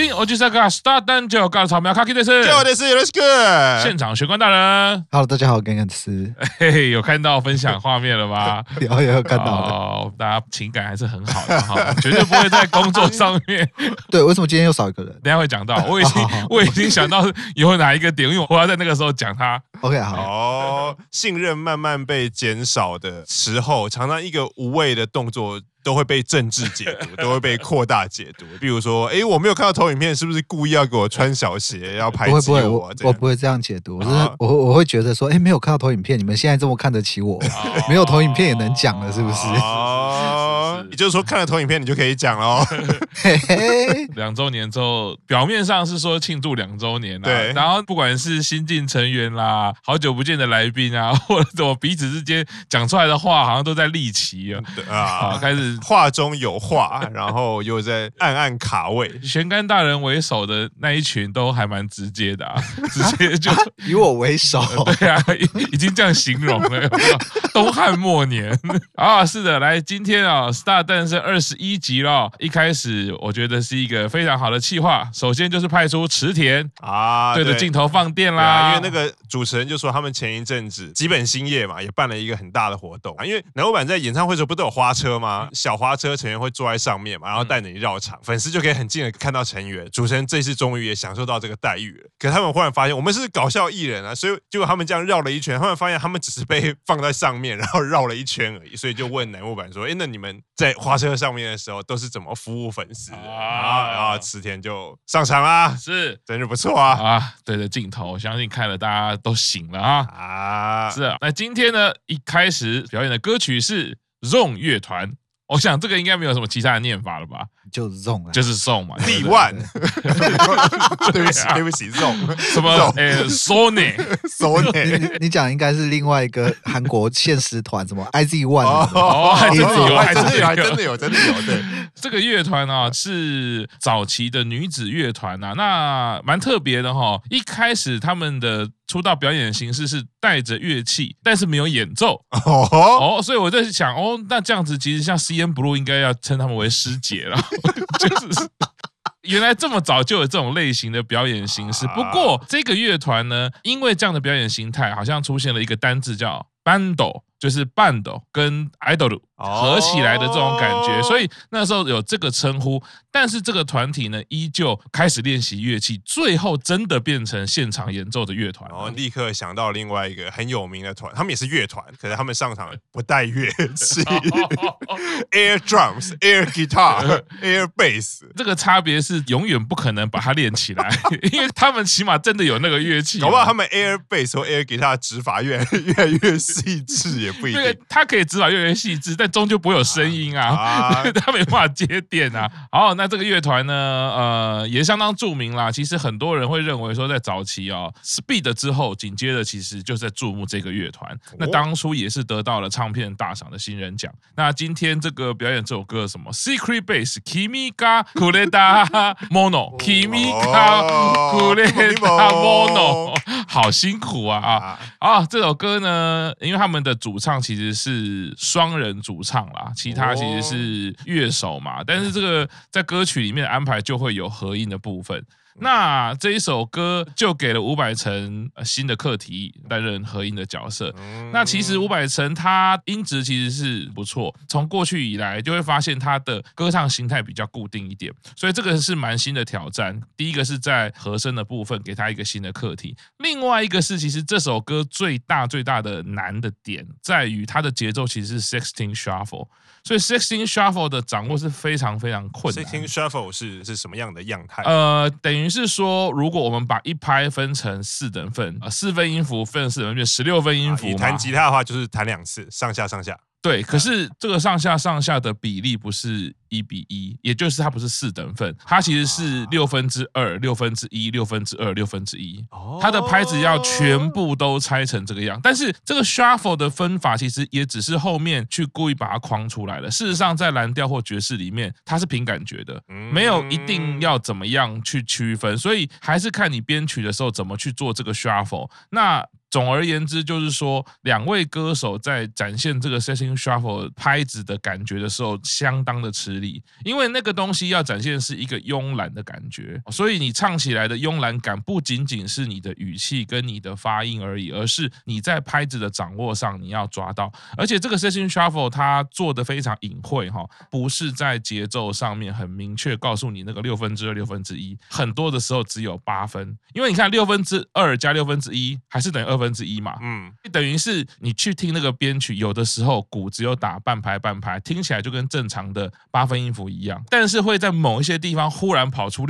听我就是个 Star 蛋就告诉草苗卡基的是， 就的是 Let's go。 现场玄关大人 ，Hello， 大家好，我跟恩斯， 嘿嘿，有看到分享画面了吗？ 有看到了。 哦，大家情感还是很好的哈，绝对不会在工作上面。 对，为什么今天又少一个人等一下会讲到，我已经想到有哪一个点，因为我要在那个时候讲他。 ？OK， 好。 信任慢慢被减少的时候，常常一个无谓的动作都会被政治解读，都会被扩大解读。比如说，我没有看到投影片，是不是故意要给我穿小鞋，要排挤我？ 我不会这样解读，我会觉得说，没有看到投影片，你们现在这么看得起我，没有投影片也能讲了，是不是？ 也就是说，看了投影片你就可以讲了哦。 2周年之后，表面上是说庆祝2周年啦， 对， 然后不管是新进成员啦，好久不见的来宾啊，或者我彼此之间讲出来的话，好像都在立旗开始话中有话，然后又在暗暗卡位。 玄干大人为首的那一群都还蛮直接的直接就以我为首。 对啊，已经这样形容了，有没有？东汉末年是的，来今天Star 诞生21集了。一开始我觉得是一个非常好的企划，首先就是派出池田对着镜头放电啦， 因为那个主持人就说他们前一阵子吉本兴业嘛，也办了一个很大的活动因为南国版在演唱会的时候不都有花车吗？小花车成员会坐在上面嘛，然后带着你绕场，粉丝就可以很近的看到成员。主持人这次终于也享受到这个待遇了，可他们忽然发现我们是搞笑艺人所以结果他们这样绕了一圈，他们发现他们只是被放在上面，然后绕了一圈而已，所以就问南国版说：“那你们在花车上面的时候都是怎么服务粉丝的？”然后池田就上场啦， 是真是不错对着镜头，我相信看了大家都醒了是那今天呢，一开始表演的歌曲是 ZONG 乐团。我想这个应该没有什么其他的念法了吧？ 就是 ZONG 就是 ZONG 嘛。 力万，对不起 ，ZONG 什么Sony， 你讲应该是另外一个韩国现实团，什么 IZ*ONE 真的有。对， 这个乐团是早期的女子乐团那蛮特别的一开始他们的出道表演形式是带着乐器，但是没有演奏所以我在想那这样子其实像 CNBLUE 应该要称他们为师姐了，就是原来这么早就有这种类型的表演形式。不过这个乐团呢，因为这样的表演形态，好像出现了一个单字叫 bando， 就是 bando 跟 idol 合起来的这种感觉，所以那时候有这个称呼。但是这个团体呢，依旧开始练习乐器，最后真的变成现场演奏的乐团。 立刻想到另外一个很有名的团，他们也是乐团，可是他们上场不带乐器，air drums、air guitar、air bass。 这个差别是永远不可能把它练起来，因为他们起码真的有那个乐器。 搞不好他们 air bass 或 air guitar 的指法越来越细致，也不一定。 他可以指法越来越细致，但终究不会有声音他没办法接电好，那这个乐团呢，也相当著名啦。其实很多人会认为说，在早期Speed 之后，紧接着其实就是在注目这个乐团。那当初也是得到了唱片大赏的新人奖。那今天这个表演这首歌什么 Secret Base Kimi ga Kureta Mono Kimi ga Kureta Mono， 好辛苦这首歌呢，因为他们的主唱其实是双人主唱啦，其他其实是乐手嘛，但是这个在歌曲里面的安排就会有合音的部分。那这一首歌就给了伍佰成新的课题，担任合音的角色。那其实伍佰成他音质其实是不错，从过去以来就会发现他的歌唱形态比较固定一点，所以这个是蛮新的挑战。第一个是在和声的部分给他一个新的课题，另外一个是其实这首歌最大的难的点在于它的节奏其实是 16 shuffle。所以 16 shuffle 的掌握是非常非常困难。 16 shuffle 是什么样的样态？ 等于是说，如果我们把一拍分成4等份，4分音符分4等份，就16分音符嘛。 你弹吉他的话，就是弹2次，上下。 对，可是这个上下的比例不是1:1，也就是它不是4等份，它其实是2/6、1/6、2/6、1/6。它的拍子要全部都拆成这个样。但是这个 shuffle 的分法其实也只是后面去故意把它框出来了。事实上，在蓝调或爵士里面，它是凭感觉的，没有一定要怎么样去区分，所以还是看你编曲的时候怎么去做这个 shuffle。那总而言之，就是说两位歌手在展现这个 Session Shuffle 拍子的感觉的时候，相当的吃力，因为那个东西要展现是一个慵懒的感觉，所以你唱起来的慵懒感不仅仅是你的语气跟你的发音而已，而是你在拍子的掌握上你要抓到。而且这个 Session Shuffle 它做的非常隐晦哈，不是在节奏上面很明确告诉你那个2/6、1/6，很多的时候只有8分，因为你看2/2加1/6还是等于1/2嘛，等于是你去听那个编曲，有的时候鼓只有打半拍半拍，听起来就跟正常的8分音符一样，但是会在某一些地方忽然跑出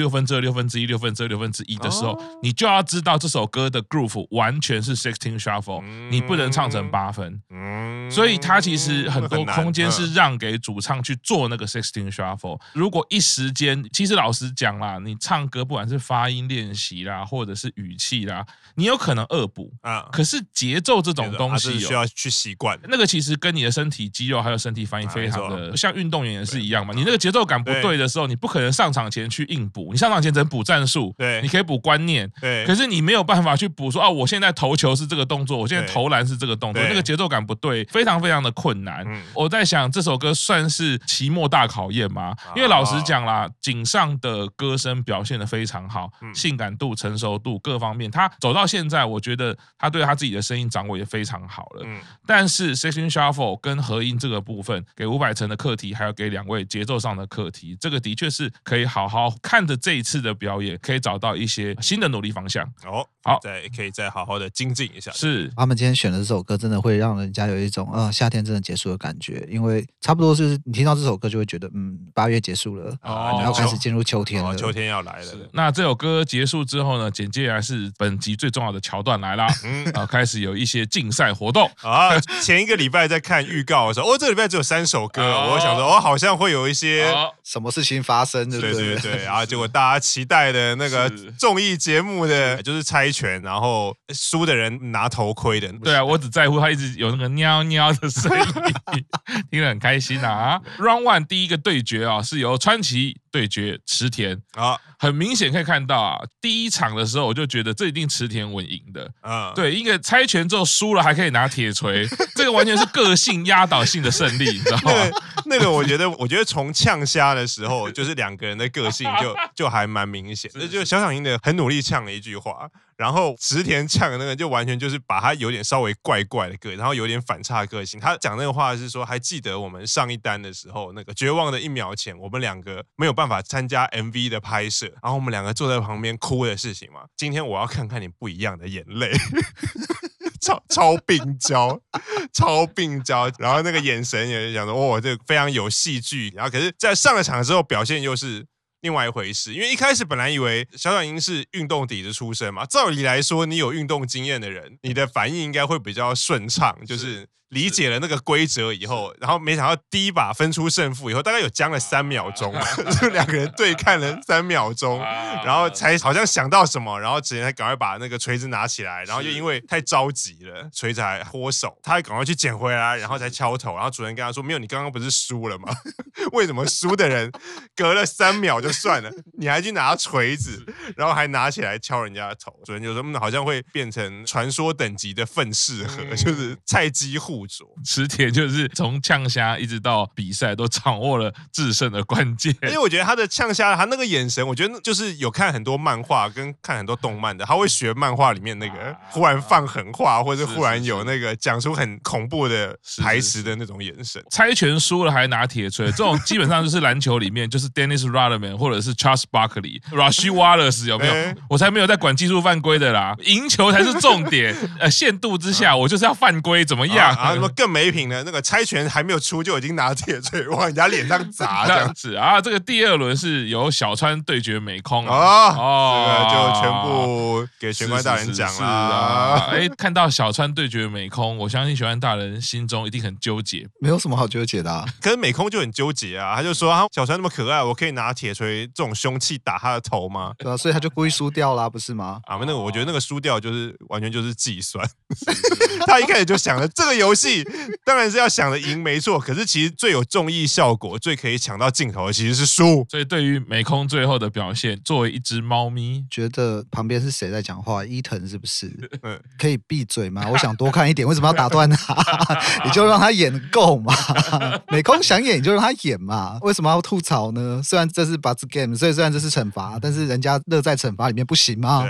2/6、1/6、1/6的时候，你就要知道这首歌的 groove 完全是 16 shuffle，你不能唱成8分，所以它其实很多空间是让给主唱去做那个16 shuffle。如果一时间，其实老实讲啦，你唱歌不管是发音练习啦，或者是语气啦，你有可能恶补啊，可是节奏这种东西需要去习惯， 那个其实跟你的身体肌肉还有身体反应非常的，像运动员也是一样嘛。你那个节奏感不对的时候，你不可能上场前去硬补，你上场前只能补战术， 对， 你可以补观念， 对， 可是你没有办法去补说啊，我现在投球是这个动作，我现在投篮是这个动作，那个节奏感不对，非常非常的困难。我在想这首歌算是期末大考验吗？因为老实讲啦，井上的歌声表现得非常好，性感度、成熟度各方面，他走到现在，我觉得他对他自己的声音掌握也非常好了。但是 Session Shuffle 跟和音这个部分，给500层的课题，还有给2位节奏上的课题，这个的确是可以好好看着这一次的表演，可以找到一些新的努力方向。 好，可以再好好的精进一下。 是， 他们今天选的这首歌，真的会让人家有一种夏天真的结束的感觉，因为差不多就是你听到这首歌就会觉得8月结束了，然后开始进入秋天了， 秋天要来了。 那这首歌结束之后呢，紧接下来是本集最重要的桥段来啦，开始有一些竞赛活动啊。前一个礼拜在看预告的时候，这个礼拜只有3首歌，我想说好像会有一些什么事情发生，对不对？ 对，然后结果大家期待的那个综艺节目的就是猜拳，然后输的人拿头盔的。 对啊，我只在乎他一直有那个喵喵的声音，听得很开心啊。Round One 第一个对决啊，是由川崎对决池田啊，很明显可以看到啊，第一场的时候我就觉得这一定池田稳赢的啊。对，一个猜拳之后输了还可以拿铁锤，这个完全是个性压倒性的胜利，你知道吗？ 那个我觉得从呛虾的时候，就是2个人的个性就还蛮明显的，就小小英的很努力呛了一句话。然后池田呛的那个就完全就是把他有点稍微怪怪的个，然后有点反差个性。他讲那个话是说，还记得我们上一单的时候，那个绝望的1秒前，我们2个没有办法参加 MV 的拍摄，然后我们2个坐在旁边哭的事情嘛。今天我要看看你不一样的眼泪。超病娇，超病娇，然后那个眼神也是讲说，这非常有戏剧。然后可是，在上了场之后，表现又是另外一回事。因为一开始本来以为小小英是运动底子出身嘛，照理来说，你有运动经验的人，你的反应应该会比较顺畅，就是理解了那个规则以后，然后没想到第一把分出胜负以后，大概有僵了3秒钟，就2个人对看了3秒钟，然后才好像想到什么，然后池田才赶快把那个锤子拿起来，然后就因为太着急了，锤子还脱手，他还赶快去捡回来，然后才敲头，然后主任跟他说：“没有，你刚刚不是输了吗？为什么输的人隔了3秒就算了，你还去拿锤子，然后还拿起来敲人家的头？”主任就说：“好像会变成传说等级的愤世河，就是菜鸡互。” 池田就是从呛虾一直到比赛都掌握了制胜的关键， 因为我觉得他的呛虾，他那个眼神，我觉得就是有看很多漫画跟看很多动漫的，他会学漫画里面那个忽然放狠话，或者忽然有那个讲出很恐怖的台词的那种眼神。 猜拳输了还拿铁锤，这种基本上就是篮球里面就是 Dennis Rodman 或者是 Charles Barkley、Rasheed Wallace 有没有？我才没有在管技术犯规的啦，赢球才是重点。限度之下，我就是要犯规，怎么样？ 然后更没品的那个猜拳还没有出就已经拿铁锤往人家脸上砸，这样是啊。这个第2轮是由小川对决美空这个就全部给玄关大人讲啦。 看到小川对决美空，我相信玄关大人心中一定很纠结。 没有什么好纠结的啊， 可是美空就很纠结啊，他就说小川那么可爱，我可以拿铁锤锤这种凶器打他的头吗？ 对啊，所以他就故意输掉啦，不是吗？ 那个我觉得那个输掉就是完全就是计算，他一开始就想了这个游戏当然是要想着赢没错，可是其实最有综艺效果、最可以抢到镜头的其实是输。 所以对于美空最后的表现，作为一只猫咪， 觉得旁边是谁在讲话？伊藤是不是？可以闭嘴吗？我想多看一点，为什么要打断他？你就让他演够嘛。美空想演你就让他演嘛，为什么要吐槽呢？虽然这是 Buzz Game， 所以虽然这是惩罚，但是人家乐在惩罚里面不行吗？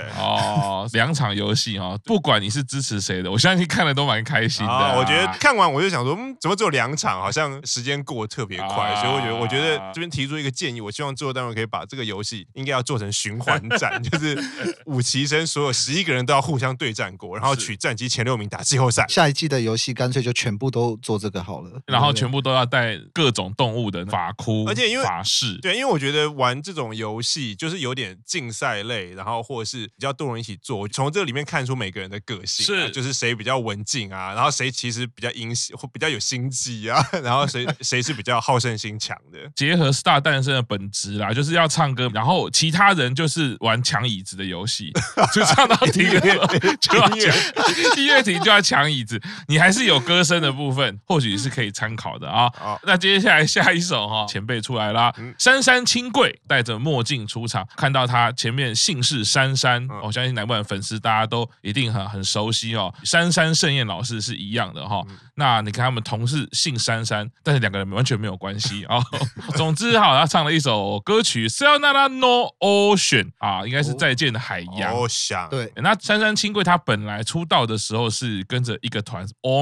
2场游戏不管你是支持谁的，我相信看了都蛮开心的。 我觉得看完我就想说，怎么只有2场，好像时间过得特别快，所以我觉得这边提出一个建议，我希望制作单位可以把这个游戏应该要做成循环战，就是武崎生所有11个人都要互相对战过，然后取战绩前6名打季后赛。 下一季的游戏干脆就全部都做这个好了， 然后全部都要带各种动物的法箍， 而且因为法式， 对，因为我觉得玩这种游戏就是有点竞赛类，然后或者是比较多人一起做，从这里面看出每个人的个性， 是就是谁比较文静啊，然后谁其实比较阴或比较有心机啊，然后谁是比较好胜心强的。 结合 Star 诞生的本质啦，就是要唱歌，然后其他人就是玩抢椅子的游戏，就唱到停了就要音乐停就要抢椅子，你还是有歌声的部分，或许是可以参考的啊。那接下来下一首前辈出来啦，杉山清贵戴着墨镜出场，看到他前面姓氏杉山，我相信南部的粉丝大家都一定很熟悉杉山盛彦老师是一样的那你看他们同事姓杉山，但是2个人完全没有关系总之他唱了一首歌曲《Sayonara no Ocean》应该是再见的海洋。 对， 那杉山清贵他本来出道的时候是跟着一个团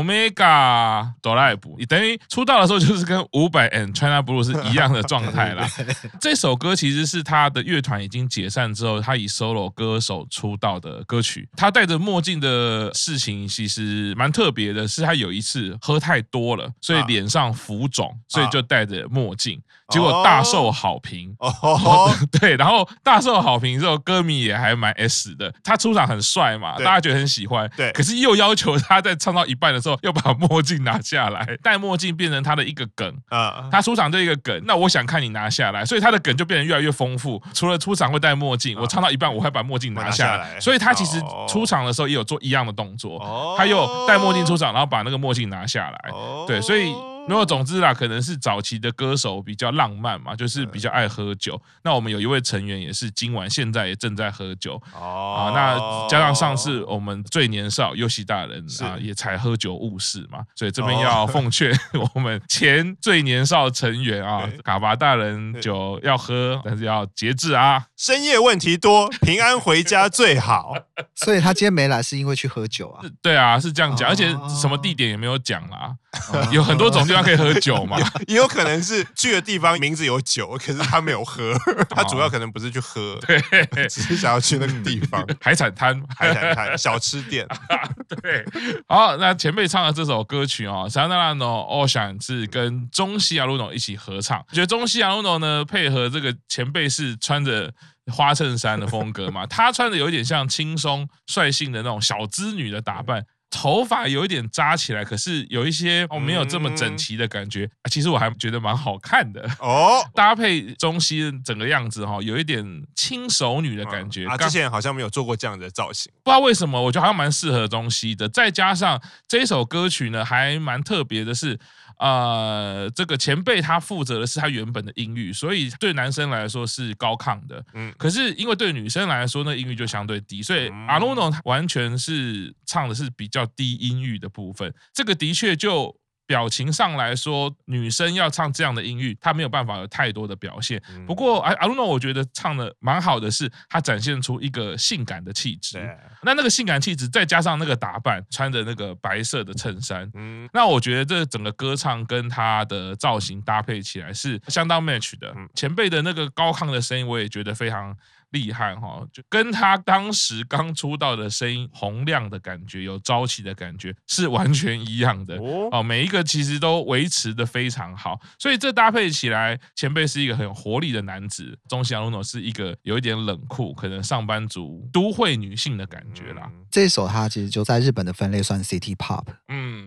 Omega Drive， 等于出道的时候就是跟500 and China Blue 是一样的状态啦。这首歌其实是他的乐团已经解散之后，他以 solo 歌手出道的歌曲。他戴着墨镜的事情其实蛮特别的，是他有一次喝太多了，所以脸上浮肿，所以就戴着墨镜。结果大受好评对，然后大受好评之后，歌迷也还蛮 S 的。他出场很帅嘛，大家觉得很喜欢。 对， 可是又要求他在唱到一半的时候，要把墨镜拿下来，戴墨镜变成他的一个梗他出场就一个梗，那我想看你拿下来，所以他的梗就变得越来越丰富。除了出场会戴墨镜，我唱到一半我会把墨镜拿下来，所以他其实出场的时候也有做一样的动作，他又戴墨镜出场，然后把那个墨镜拿下来。对，所以。没有，总之啦，可能是早期的歌手比较浪漫嘛，就是比较爱喝酒。那我们有一位成员也是今晚现在也正在喝酒那加上上次我们最年少优喜大人也才喝酒误事嘛，所以这边要奉劝我们前最年少成员嘎巴大人酒要喝，但是要节制啊。 深夜问题多，平安回家最好。 所以他今天没来是因为去喝酒啊？ 对啊，是这样讲，而且什么地点也没有讲啦。有很多种地方可以喝酒嘛， 也有可能是去的地方名字有酒，可是他没有喝，他主要可能不是去喝， 对， 只是想要去那个地方， 海产摊、 小吃店。 对，好，那前辈唱的这首歌曲Sayonara no Ocean 是跟中西亚鲁诺一起合唱。我觉得中西亚鲁诺呢配合这个前辈是穿着花衬衫的风格嘛，他穿的有一点像轻松率性的那种小资女的打扮。头发有一点扎起来，可是有一些没有这么整齐的感觉。其实我还觉得蛮好看的搭配中西整个样子有一点轻熟女的感觉之前好像没有做过这样的造型， 不知道为什么，我觉得好像蛮适合中西的。再加上这首歌曲呢，还蛮特别的是。这个前辈他负责的是他原本的音域，所以对男生来说是高亢的，可是因为对女生来说那音域就相对低，所以阿鲁诺完全是唱的是比较低音域的部分，这个的确就。表情上来说，女生要唱这样的音域，她没有办法有太多的表现。不过阿鲁诺我觉得唱的蛮好的是，她展现出一个性感的气质。那个性感气质再加上那个打扮，穿着那个白色的衬衫，那我觉得这整个歌唱跟她的造型搭配起来是相当 match 的。前辈的那个高亢的声音，我也觉得非常。厉害就跟他当时刚出道的声音洪亮的感觉，有朝气的感觉是完全一样的每一个其实都维持的非常好，所以这搭配起来，前辈是一个很有活力的男子，中西亚鲁诺是一个有一点冷酷，可能上班族都会女性的感觉啦。 这一首它其实就在日本的分类算 City Pop，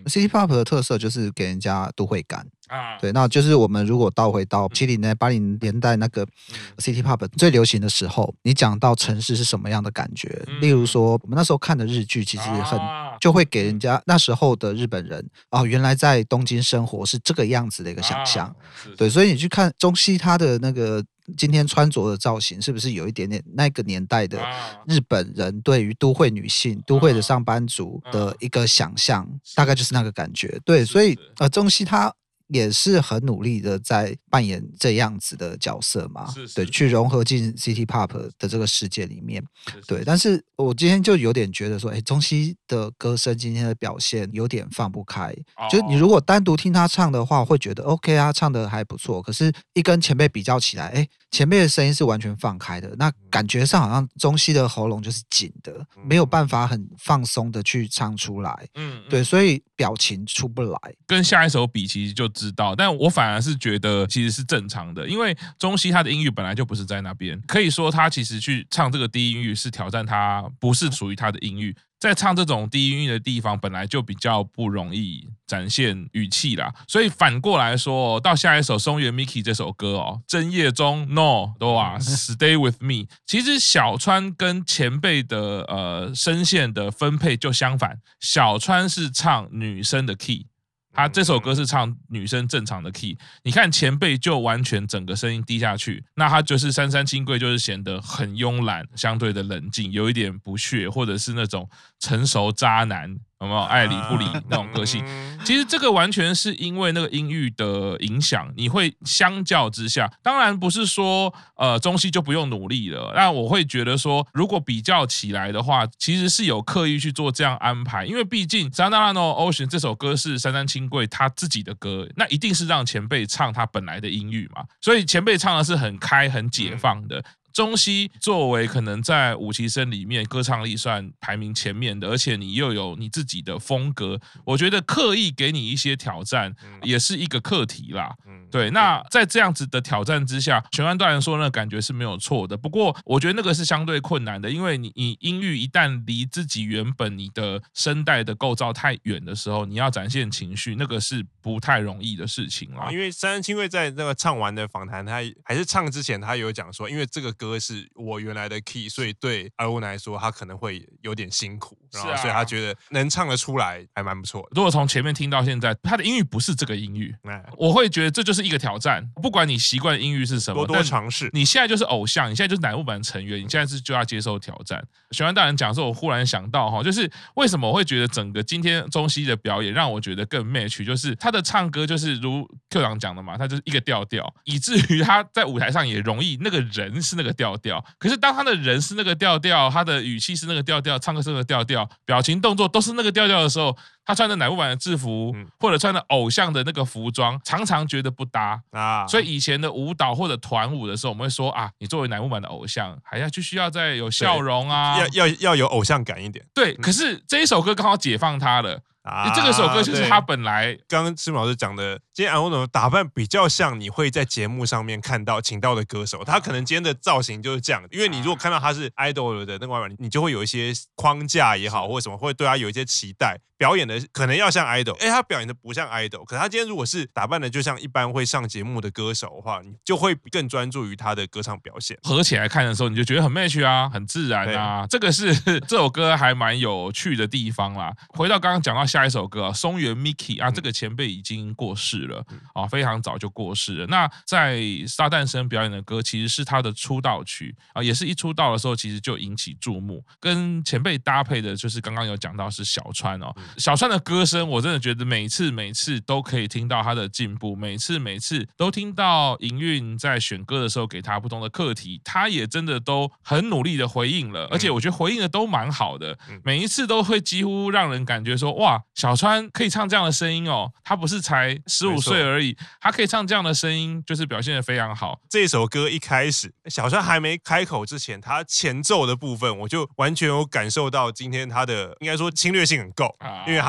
City Pop 的特色就是给人家都会感。 啊， 对，那就是我们如果倒回到70年、80年代那个 City Pop 最流行的时候，你讲到城市是什么样的感觉？例如说，我们那时候看的日剧，其实就会给人家那时候的日本人原来在东京生活是这个样子的一个想象。对，所以你去看中西他的那个今天穿着的造型，是不是有一点点那个年代的日本人对于都会女性、都会的上班族的一个想象，大概就是那个感觉。对，所以中西他也是很努力的在扮演这样子的角色嘛，对，去融合进 City Pop 的这个世界里面，对。但是我今天就有点觉得说，中西的歌声今天的表现有点放不开，就你如果单独听他唱的话，会觉得 OK 啊，唱的还不错。可是，一跟前辈比较起来，前辈的声音是完全放开的，那感觉上好像中西的喉咙就是紧的，没有办法很放松的去唱出来，对，所以表情出不来。 跟下一首比，其实就知道，但我反而是觉得其实是正常的，因为中西他的音域本来就不是在那边，可以说他其实去唱这个低音域是挑战他不是属于他的音域。在唱这种低音域的地方，本来就比较不容易展现语气啦，所以反过来说，到下一首松原 Miki 这首歌真夜中 No 都Stay with me， 其实小川跟前辈的声线的分配就相反，小川是唱女生的 key。他这首歌是唱女生正常的 key， 你看前辈就完全整个声音低下去，那他就是杉山清贵，就是显得很慵懒，相对的冷静，有一点不屑，或者是那种成熟渣男，有没有爱理不理那种个性？其实这个完全是因为那个音域的影响，你会相较之下，当然不是说中西就不用努力了，但我会觉得说，如果比较起来的话，其实是有刻意去做这样安排，因为毕竟《Sanada no Ocean》这首歌是杉山清贵他自己的歌，那一定是让前辈唱他本来的音域嘛，所以前辈唱的是很开、很解放的。中西作为可能在五期生里面歌唱力算排名前面的，而且你又有你自己的风格，我觉得刻意给你一些挑战也是一个课题啦。对，那在这样子的挑战之下，玄关大人说那个感觉是没有错的，不过我觉得那个是相对困难的，因为你音域一旦离自己原本你的声带的构造太远的时候，你要展现情绪，那个是不太容易的事情啦。 因为杉山清贵在那个唱完的访谈，他还是唱之前他有讲说，因为这个歌是我原来的 key， 所以对阿文来说他可能会有点辛苦，然后所以他觉得能唱得出来还蛮不错的。 如果从前面听到现在，他的音域不是这个音域，我会觉得这就是一个挑战。不管你习惯的音域是什么， 多尝试。 你现在就是偶像，你现在就是乃木坂成员，你现在就要接受挑战。玄关大人讲的时候，我忽然想到就是为什么我会觉得整个今天中西的表演让我觉得更 match， 就是他的唱歌就是如 Q 长讲的嘛，他就是一个调调，以至于他在舞台上也容易那个人是那个调调。可是当他的人是那个调调，他的语气是那个调调，唱歌是那个调调，表情动作都是那个调调的时候，他穿的乃木坂的制服，或者穿的偶像的那个服装，常常觉得不搭啊。所以以前的舞蹈或者团舞的时候，我们会说你作为乃木坂的偶像，还要必须要再有笑容啊， 要有偶像感一点。 对，可是这一首歌刚好解放他了。这首歌就是他本来刚刚师母老师讲的，今天安欧的打扮比较像你会在节目上面看到请到的歌手，他可能今天的造型就是这样，因为你如果看到他是 idol 的那个外表，你就会有一些框架也好，或者什么，会对他有一些期待，表演的可能要像 idol， 他表演的不像 idol， 可是他今天如果是打扮的就像一般会上节目的歌手的话，你就会更专注于他的歌唱表现。 合起来看的时候，你就觉得很 match 啊，很自然啊，这个是这首歌还蛮有趣的地方啦。回到刚刚讲到下一首歌松原 Miki 这个前辈已经过世了非常早就过世了。那在撒旦生表演的歌其实是他的出道曲也是一出道的时候其实就引起注目。跟前辈搭配的就是刚刚有讲到是小川小川的歌声我真的觉得每次都可以听到他的进步，每次都听到营运在选歌的时候给他不同的课题，他也真的都很努力的回应了，而且我觉得回应的都蛮好的，每一次都会几乎让人感觉说哇，小川可以唱这样的声音他不是才15岁而已，他可以唱这样的声音，就是表现得非常好。 这首歌一开始小川还没开口之前，他前奏的部分我就完全有感受到今天他的应该说侵略性很够因为他就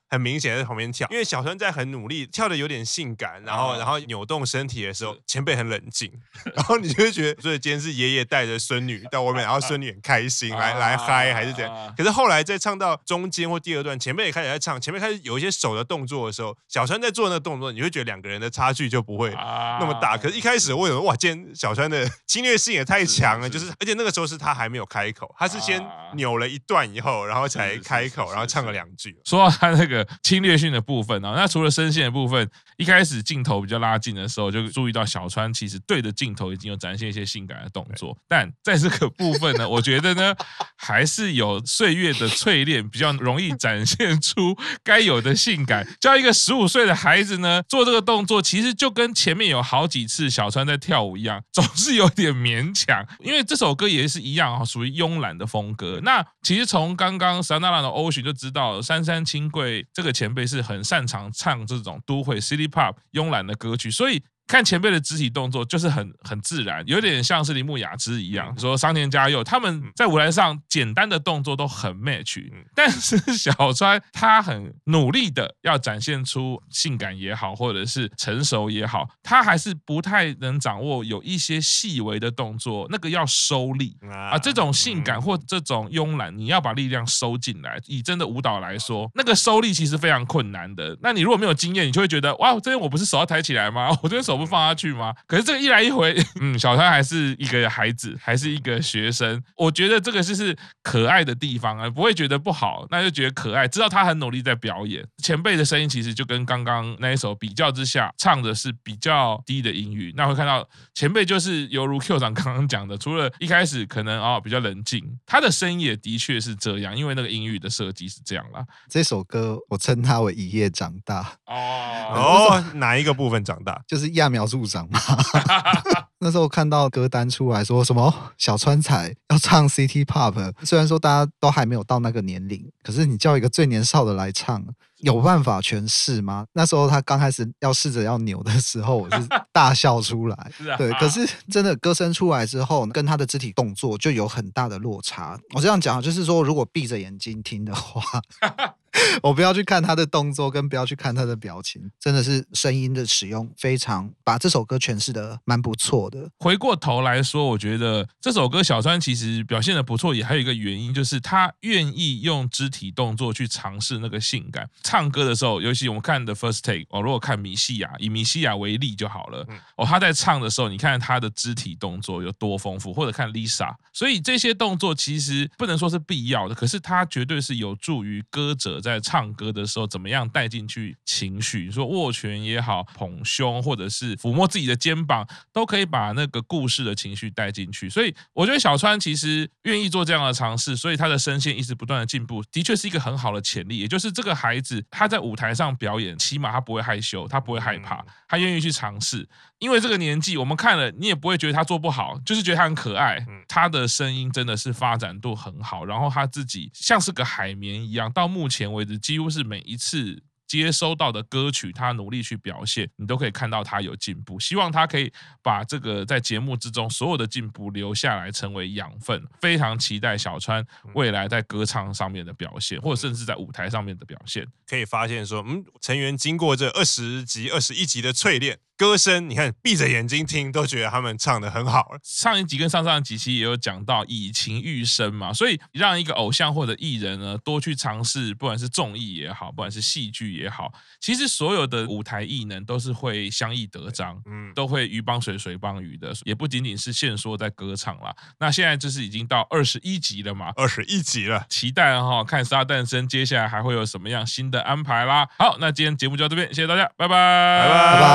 很明显在旁边跳，因为小川在很努力跳的有点性感，然后扭动身体的时候，前辈很冷静，然后你就会觉得，所以今天是爷爷带着孙女到外面，然后孙女很开心来嗨还是怎样？可是后来在唱到中间或第二段，前辈也开始在唱，前辈开始有一些手的动作的时候，小川在做那个动作，你会觉得两个人的差距就不会那么大。可是一开始我以为哇，今天小川的侵略性也太强了，就是而且那个时候是他还没有开口，他是先扭了一段以后，然后才开口，然后唱了2句。 说到他那个侵略性的部分那除了声线的部分，一开始镜头比较拉近的时候，就注意到小川其实对着镜头已经有展现一些性感的动作，但在这个部分呢，我觉得呢，还是有岁月的淬炼，比较容易展现出该有的性感。叫一个15岁的孩子呢做这个动作，其实就跟前面有好几次小川在跳舞一样，总是有点勉强。因为这首歌也是一样属于慵懒的风格。那其实从刚刚萨纳拉的欧巡就知道，杉山清贵这个前辈是很擅长唱这种都会 City Pop 慵懒的歌曲，所以看前辈的肢体动作就是很自然，有点像是铃木雅之一样，说桑田佳佑他们在舞台上简单的动作都很 match，但是小川他很努力的要展现出性感也好，或者是成熟也好，他还是不太能掌握有一些细微的动作，那个要收力这种性感或这种慵懒，你要把力量收进来。以真的舞蹈来说，那个收力其实非常困难的。那你如果没有经验，你就会觉得哇，这边我不是手要抬起来吗？我这边手不放下去吗？可是这个一来一回，小川还是一个孩子，还是一个学生。我觉得这个就是可爱的地方不会觉得不好，那就觉得可爱，知道他很努力在表演。前辈的声音其实就跟刚刚那一首比较之下，唱的是比较低的音域。那会看到前辈就是犹如 Q 长刚刚讲的，除了一开始可能比较冷静，他的声音也的确是这样，因为那个音域的设计是这样啦。 这首歌我称它为一夜长大。 哪一个部分长大？ 就是揠苗助长嘛。那时候看到歌单出来说什么小川彩要唱 City Pop， 虽然说大家都还没有到那个年龄，可是你叫一个最年少的来唱，有办法诠释吗？那时候他刚开始要试着要扭的时候，我是大笑出来。对，可是真的歌声出来之后，跟他的肢体动作就有很大的落差。我这样讲就是说，如果闭着眼睛听的话。我不要去看他的动作，跟不要去看他的表情，真的是声音的使用非常把这首歌诠释的蛮不错的。 回过头来说，我觉得这首歌小川其实表现的不错，也还有一个原因就是他愿意用肢体动作去尝试那个性感。唱歌的时候，尤其我们看的 First Take 如果看米西亚，以米西亚为例就好了。他在唱的时候，你看他的肢体动作有多丰富，或者看 Lisa， 所以这些动作其实不能说是必要的，可是它绝对是有助于歌者在唱歌的时候怎么样带进去情绪，说握拳也好，捧胸或者是抚摸自己的肩膀，都可以把那个故事的情绪带进去。所以我觉得小川其实愿意做这样的尝试，所以他的声线一直不断的进步，的确是一个很好的潜力。也就是这个孩子他在舞台上表演，起码他不会害羞，他不会害怕，他愿意去尝试。因为这个年纪我们看了你也不会觉得他做不好，就是觉得他很可爱。他的声音真的是发展度很好，然后他自己像是个海绵一样，到目前为止几乎是每一次接收到的歌曲，他努力去表现，你都可以看到他有进步。希望他可以把这个在节目之中所有的进步留下来，成为养分。非常期待小川未来在歌唱上面的表现，或者甚至在舞台上面的表现。 可以发现说，成员经过这20集、21集的淬炼，歌声你看闭着眼睛听都觉得他们唱得很好。 上一集跟上上几期也有讲到以情育声嘛，所以让一个偶像或者艺人呢多去尝试，不管是综艺也好，不管是戏剧也好，其实所有的舞台艺能都是会相益得彰，都会鱼帮水水帮鱼的，也不仅仅是限缩在歌唱啦。那现在就是已经到21集了嘛 ，21集了， 期待看《Star 诞生》接下来还会有什么样新的安排啦。好，那今天节目就到这边，谢谢大家，拜拜， 拜拜。